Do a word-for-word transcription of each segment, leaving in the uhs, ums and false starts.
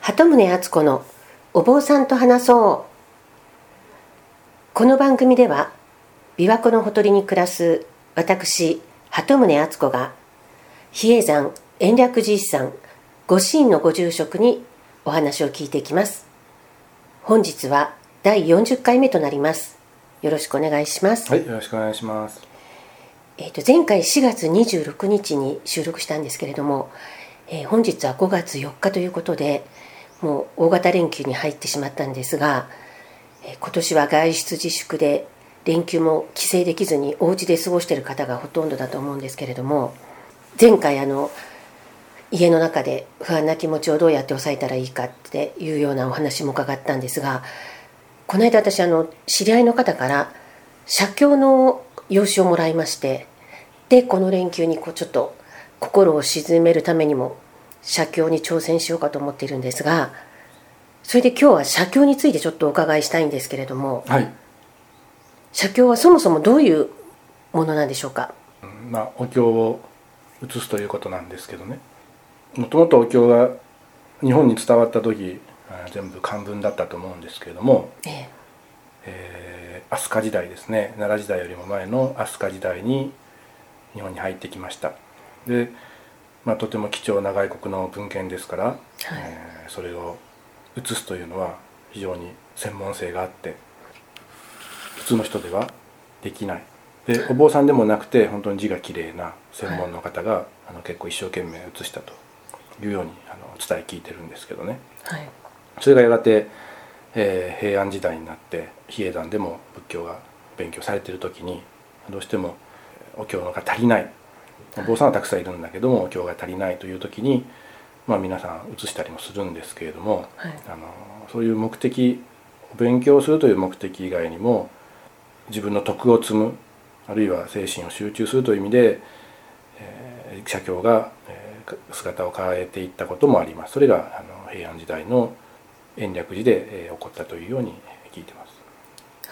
鳩宗敦子のお坊さんと話そう。この番組では琵琶湖のほとりに暮らす私鳩宗敦子が比叡山延暦寺一山御神院のご住職にお話を聞いていきます。本日はだいよんじゅっかいめとなります。よろしくお願いします。 はい、よろしくお願いします。 えー、と前回しがつにじゅうろくにちに収録したんですけれども、えー、本日はごがつよっかということで、もう大型連休に入ってしまったんですが、えー、今年は外出自粛で連休も帰省できずにお家で過ごしている方がほとんどだと思うんですけれども、前回あの家の中で不安な気持ちをどうやって抑えたらいいかっていうようなお話も伺ったんですが、この間私あの知り合いの方から写経の用紙をもらいまして、でこの連休にこうちょっと心を鎮めるためにも写経に挑戦しようかと思っているんですが、それで今日は写経についてちょっとお伺いしたいんですけれども、 はい、 写経はそもそもどういうものなんでしょうか。 まあ、お経を写すということなんですけどね、もともとお経が日本に伝わった時全部漢文だったと思うんですけれども、えええー、飛鳥時代ですね、奈良時代よりも前の飛鳥時代に日本に入ってきました。で、まあ、とても貴重な外国の文献ですから、はい、えー、それを写すというのは非常に専門性があって普通の人ではできない。でお坊さんでもなくて本当に字がきれいな専門の方が、はい、あの結構一生懸命写したというようにあの伝え聞いてるんですけどね、はい、それがやがて、えー、平安時代になって比叡山でも仏教が勉強されている時にどうしてもお経が足りない、お坊さんはたくさんいるんだけどもお経が足りないという時に、まあ、皆さん写したりもするんですけれども、はい、あのそういう目的、勉強するという目的以外にも自分の徳を積む、あるいは精神を集中するという意味で、えー、写経が、えー、姿を変えていったこともあります。それがあの平安時代の延暦寺で、えー、起こったというように聞いてます。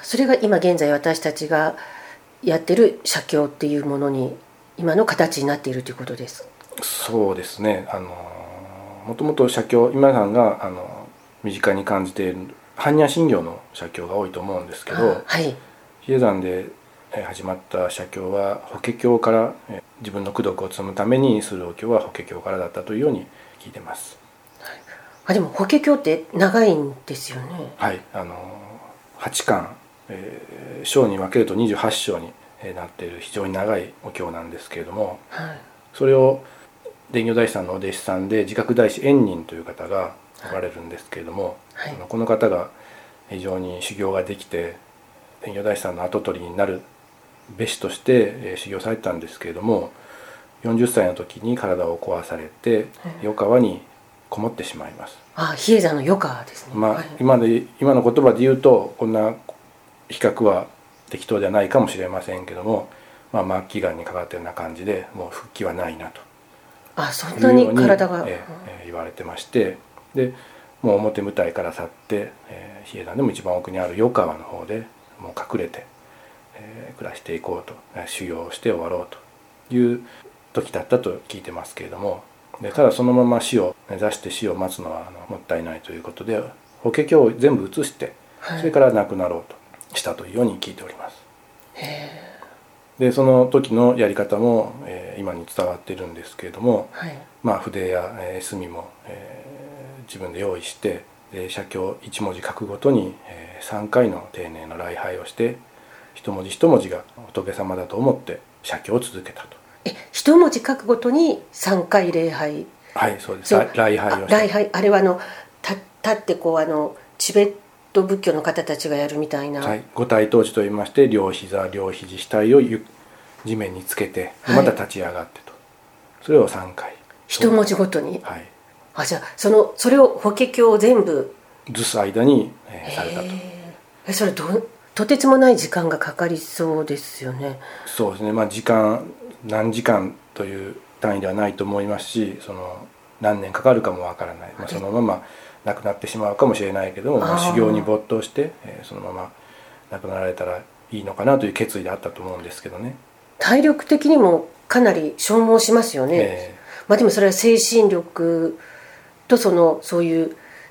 それが今現在私たちがやってる写経っていうものに今の形になっているということです。 そうですね、あのもともと写経、今さんがあの身近に感じている般若心経の写経が多いと思うんですけど、はい、比叡山で始まった写経は法華経から、自分の功徳を積むためにするお経は法華経からだったというように聞いてます。 はい、あでも法華経って長いんですよね。 はい、あのはちかん、えー、章に分けるとにじゅうはち章になっている非常に長いお経なんですけれども、はい、それを伝教大師さんのお弟子さんで自覚大師円仁という方がおられるんですけれども、はいはい、この方が非常に修行ができて伝教大師さんの跡取りになるべしとして修行されてたんですけれども、よんじゅっさいの時に体を壊されて余川にこもってしまいます。 ああ、比叡山の余川ですね。 まあ、はい、今で今の言葉で言うとこんな比較は適当ではないかもしれませんけども、まあ、末期がんにかかったような感じでもう復帰はないなと、 あそんなに体が、 えー、言われてまして、でもう表舞台から去って、えー、比叡山でも一番奥にある余川の方でもう隠れて、えー、暮らしていこうと、修行をして終わろうという時だったと聞いてますけれども、でただそのまま死を目指して死を待つのはあのもったいないということで法華経を全部写して、はい、それから亡くなろうとしたというように聞いております。へでその時のやり方も、えー、今に伝わっているんですけれども、はい、まあ、筆や、えー、墨も、えー、自分で用意してで写経一文字書くごとに、えー、さんかいの丁寧な礼拝をして一文字一文字が仏様だと思って写経を続けたと。 え一文字書くごとにさんかい礼拝。 はいそうです。礼拝をして、 礼拝あれはあの立ってこうあのチベット仏教の方たちがやるみたいな、 はい、五体投地といいまして両膝両肘主体を地面につけてまた立ち上がってと、はい、それをさんかい一文字ごとに、 はい、 あじゃあそのそれを法華経を全部ずす間に、えー、されたと。 えそれどとてつもない時間がかかりそうですよね。 そうですね、まあ、時間何時間という単位ではないと思いますし、その何年かかるかもわからない、まあ、そのまま亡くなってしまうかもしれないけども、まあ、修行に没頭して、えー、そのまま亡くなられたらいいのかなという決意であったと思うんですけどね。 体力的にもかなり消耗しますよね、えーまあ、でもそれは精神力とそのそういう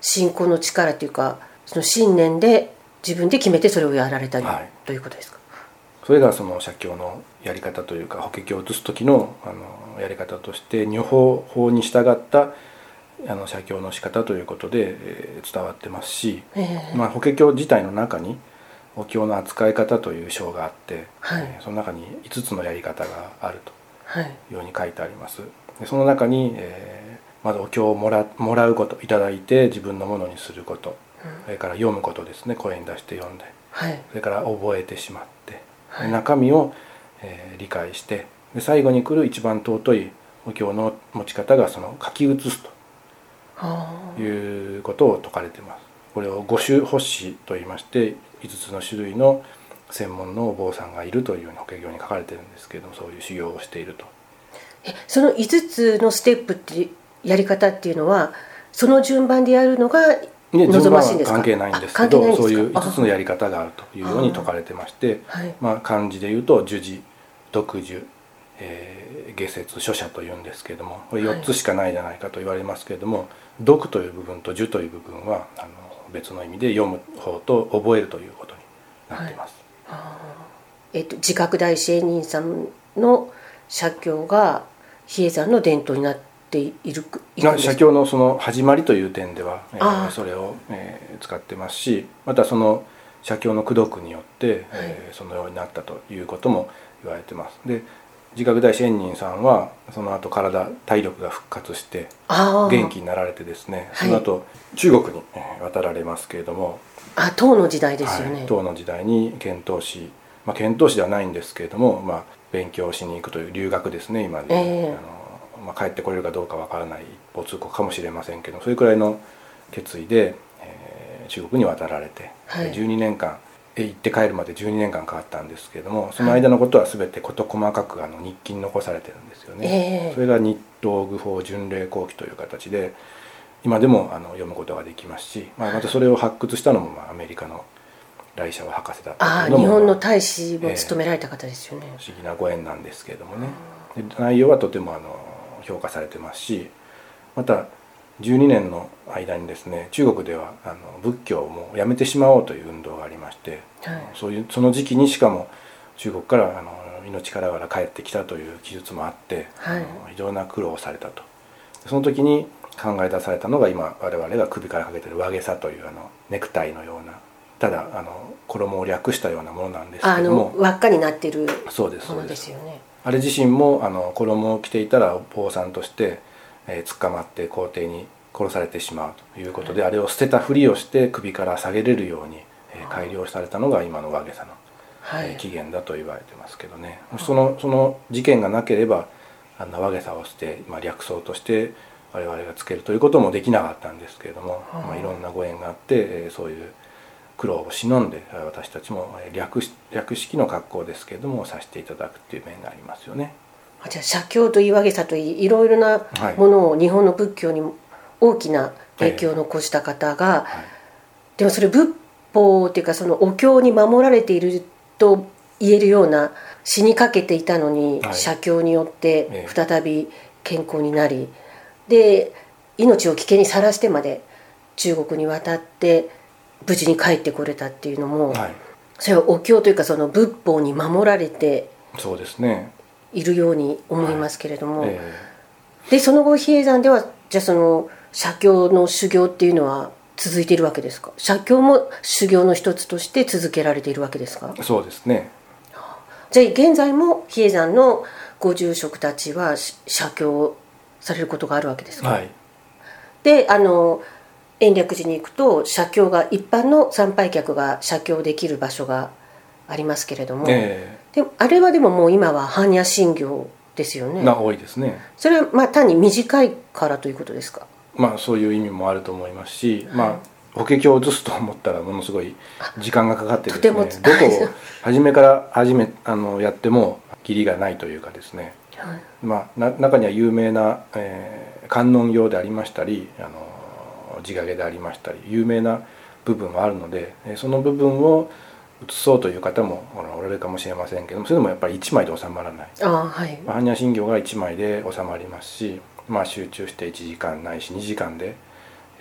信仰の力というかその信念で自分で決めてそれをやられたり、はい、ということですか。 それがその写経のやり方というか法華経を写す時のあのやり方として如法法に従ったあの写経の仕方ということで、えー、伝わってますし、まあ、法華経自体の中にお経の扱い方という章があって、はい、その中にいつつのやり方があるというように書いてあります。でその中に、えー、まずお経をもら、もらうこと、いただいて自分のものにすること、うん、それから読むことですね、声に出して読んで、はい、それから覚えてしまって、はい、中身を、えー、理解して、で最後に来る一番尊いお経の持ち方がその書き写すということを説かれています。これを五種法師といいまして、いつつの種類の専門のお坊さんがいるというように法華経に書かれてるんですけれども、そういう修行をしていると。 えそのいつつのステップってやり方っていうのはその順番でやるのが望ましいんですか？ 関係ないんですけど、そういういつつのやり方があるというように説かれてまして、はい、まあ、漢字で言うと呪字、読呪、えー、下節、書写というんですけれども、これよっつしかないじゃないかと言われますけれども、はい、読という部分と呪という部分はあの別の意味で読む方と覚えるということになっています。 はい、あえっと、自覚大師円仁さんの写経が比叡山の伝統になっている写経のその始まりという点では、えー、それを、えー、使ってますし、またその写経の功読によって、はい、えー、そのようになったということも言われてます。で自覚大師円仁さんはその後体体力が復活して元気になられてですね、その後、はい、中国に渡られますけれども、 あ唐の時代ですよね、 はい、唐の時代に遣唐使、まあ、遣唐使ではないんですけれども、まあ、勉強しに行くという留学ですね今で、えーあのまあ、帰ってこれるかどうかわからない一方通行かもしれませんけど、それくらいの決意で、えー、中国に渡られて、はい、じゅうにねんかん行って帰るまでじゅうにねんかんかかったんですけれども、その間のことは全て事細かくあの日記に残されてるんですよね、えー、それが日東愚法巡礼後記という形で今でもあの読むことができますし、まあ、またそれを発掘したのも、まあ、アメリカの来社博士だったというのも、あ日本の大使も務められた方ですよね、 えー、不思議なご縁なんですけれどもね。で内容はとてもあの評価されてますし、またじゅうにねんの間にですね中国ではあの仏教をもうやめてしまおうという運動がありまして、はい、そういうその時期にしかも中国からあの命からがら帰ってきたという記述もあって、はい、非常な苦労をされたと。その時に考え出されたのが今我々が首からかけている和袈裟というあのネクタイのような、ただあの衣を略したようなものなんですけども、 あの輪っかになっているものですよね。あれ自身もあの衣を着ていたら坊さんとして、えー、捕まって皇帝に殺されてしまうということで、はい、あれを捨てたふりをして首から下げれるように、えー、改良されたのが今の和袈裟の、はい、えー、起源だと言われてますけどね、はい、そのその事件がなければあんな和袈裟をして、まあ、略装として我々がつけるということもできなかったんですけれども、はい、まあ、いろんなご縁があって、えー、そういう苦労を忍んで私たちも 略, 略式の格好ですけれどもさせていただくっていう面がありますよね。 じゃあ写経といい和袈裟といいいろいろなものを日本の仏教に大きな影響を残した方が、はいはい、でもそれ仏法っていうかそのお経に守られていると言えるような死にかけていたのに、はい、写経によって再び健康になり、で命を危険にさらしてまで中国に渡って無事に帰ってこれたっていうのも、はい、それはお経というかその仏法に守られてそうですねいるように思いますけれども、はい、えー、でその後比叡山ではじゃあその写経の修行っていうのは続いているわけですか？写経も修行の一つとして続けられているわけですか？ そうですね。 じゃあ現在も比叡山のご住職たちは写経されることがあるわけですか？はい。であの延暦寺に行くと写経が一般の参拝客が写経できる場所がありますけれども、えー、でもあれはでももう今は般若心経ですよね。 が多いですね。 それはまあ単に短いからということですか？ まあそういう意味もあると思いますし、はい、まあ法華経を写すと思ったらものすごい時間がかかってですね、どこを初めから始めあのやってもキリがないというかですね、はい、まあな中には有名な、えー、観音経でありましたりあの地掛けでありましたり有名な部分はあるので、その部分を写そうという方もおられるかもしれませんけども、それでもやっぱりいちまいで収まらない。あ、はい、般若心経がいちまいで収まりますし、まあ、集中していちじかんないしにじかんで、え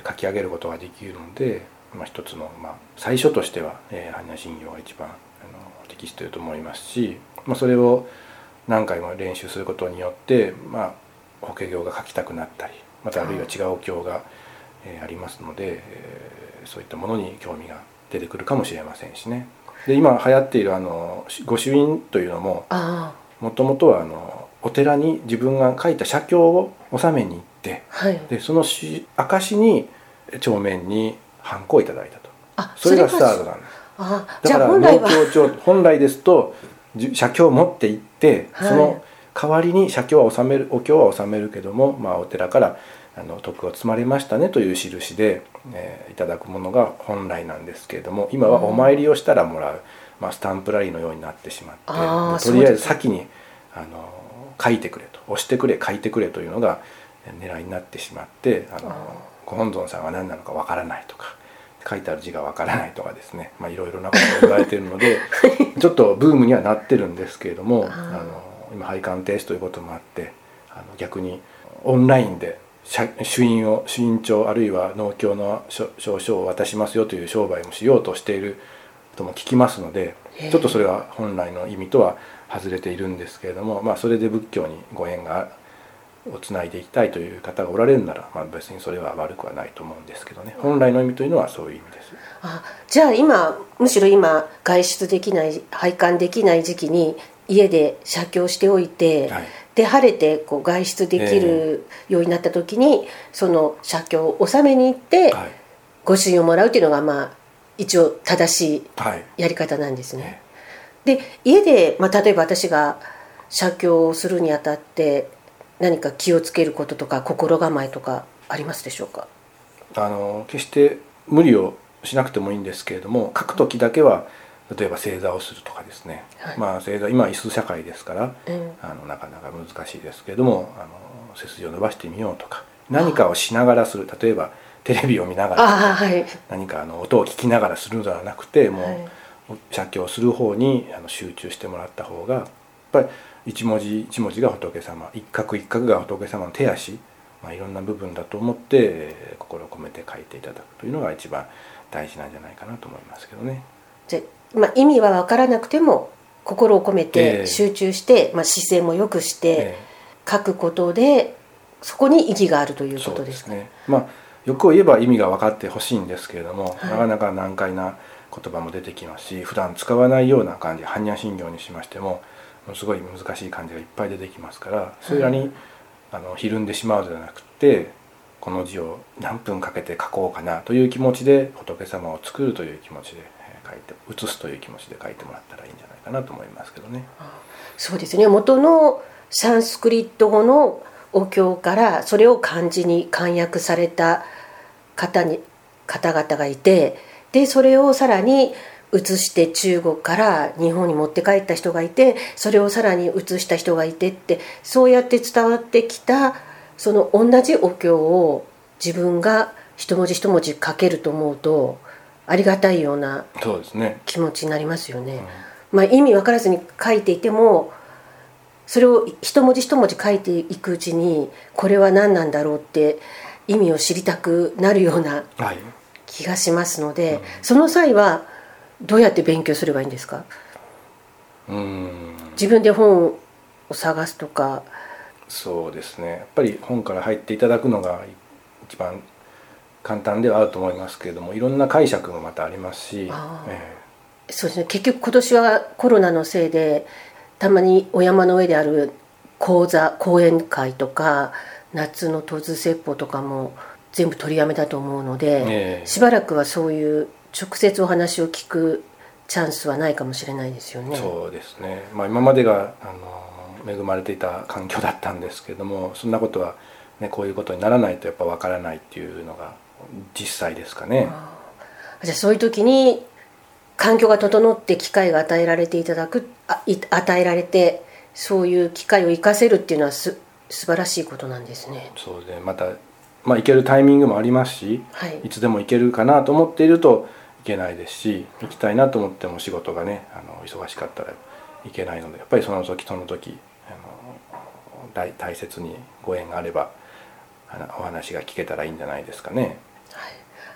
書き上げることができるので、まあ、一つの、まあ、最初としては、えー、般若心経が一番あの適していると思いますし、まあ、それを何回も練習することによって、まあ、法華経が書きたくなったり、またあるいは違うお経が、えー、ありますので、えー、そういったものに興味が出てくるかもしれませんしね。で今流行っているあの御朱印というのももともとはあのお寺に自分が書いた写経を納めに行って、はい、でその証に帳面にハンコをいただいたと。あ、それがスタートなんです。あ、だから農協長本来ですと写経を持って行って、はい、その代わりに写経は納めるお経は納めるけども、まあ、お寺からあの徳を積まれましたねという印で、えー、いただくものが本来なんですけれども、今はお参りをしたらもらう、まあ、スタンプラリーのようになってしまって、とりあえず先にあの書いてくれと、押してくれ書いてくれというのが狙いになってしまって、あのご本尊さんは何なのかわからないとか、書いてある字がわからないとかですね、まあ、いろいろなことを言われているのでちょっとブームにはなってるんですけれども、あの今拝観停止ということもあって、あの逆にオンラインで朱印を朱印帳あるいは農協の証書を渡しますよという商売もしようとしているとも聞きますので、ちょっとそれは本来の意味とは外れているんですけれども、まあ、それで仏教にご縁がをつないでいきたいという方がおられるなら、まあ、別にそれは悪くはないと思うんですけどね。本来の意味というのはそういう意味です。 あ、じゃあ今むしろ今外出できない拝観できない時期に家で写経しておいて、はい、で晴れてこう外出できるようになった時に、えー、その写経を納めに行って、はい、御朱印をもらうというのがまあ一応正しいやり方なんですね。はい、で家で、まあ、例えば私が写経をするにあたって何か気をつけることとか心構えとかありますでしょうか？ あの決して無理をしなくてもいいんですけれども、書く時だけは例えば正座をするとかですね、はい、まあ正座今は椅子社会ですから、うん、あのなかなか難しいですけれども、あの背筋を伸ばしてみようとか、何かをしながらする、例えばテレビを見ながら、はい、何かあの音を聞きながらするのではなくて、もう写経をする方にあの集中してもらった方が、やっぱり一文字一文字が仏様、一画一画が仏様の手足、まあ、いろんな部分だと思って心を込めて書いていただくというのが一番大事なんじゃないかなと思いますけどね。 じゃ、まあ、意味は分からなくても心を込めて集中して、えーまあ、姿勢も良くして書くことで、そこに意義があるということですか？そうですね。 まあ、欲を言えば意味が分かってほしいんですけれども、はい、なかなか難解な言葉も出てきますし、普段使わないような漢字、般若心経にしましてもすごい難しい漢字がいっぱい出てきますから、それらに、はい、あのひるんでしまうのではなくて、この字を何分かけて書こうかなという気持ちで仏様を作るという気持ちで書いて、写すという気持ちで書いてもらったらいいんじゃないかなと思いますけどね。 そうですね。元のサンスクリット語のお経からそれを漢字に漢訳された方に方々がいて、でそれをさらに移して中国から日本に持って帰った人がいて、それをさらに移した人がいてって、そうやって伝わってきたその同じお経を自分が一文字一文字書けると思うとありがたいような気持ちになりますよね。うん、まあ、意味分からずに書いていても、それを一文字一文字書いていくうちにこれは何なんだろうって意味を知りたくなるような気がしますので、はい、うん、その際はどうやって勉強すればいいんですか？うーん、自分で本を探すとか。 そうですね、やっぱり本から入っていただくのが一番簡単ではあると思いますけれども、いろんな解釈もまたありますし、えー、そうですね、結局今年はコロナのせいでたまにお山の上である講座講演会とか夏の十津説法とかも全部取りやめたと思うので、えー、しばらくはそういう直接お話を聞くチャンスはないかもしれないですよね。 そうですね、まあ、今までがあの恵まれていた環境だったんですけれども、そんなことは、ね、こういうことにならないとやっぱ分からないっていうのが実際ですかね。あ、 じゃあそういう時に環境が整って機会が与えられていただくあ与えられて、そういう機会を生かせるっていうのはす素晴らしいことなんですね。 そうで、また、まあ、行けるタイミングもありますし、はい、いつでも行けるかなと思っているといけないですし、行きたいなと思っても仕事がね、あの忙しかったらいけないので、やっぱりその時その時あの 大, 大切にご縁があればお話が聞けたらいいんじゃないですかね。 は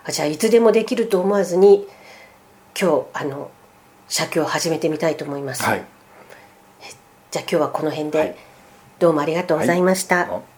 じゃあいつでもできると思わずに今日あの写経を始めてみたいと思います、 はい、 じゃあ今日はこの辺で、はい、どうもありがとうございました、 はい。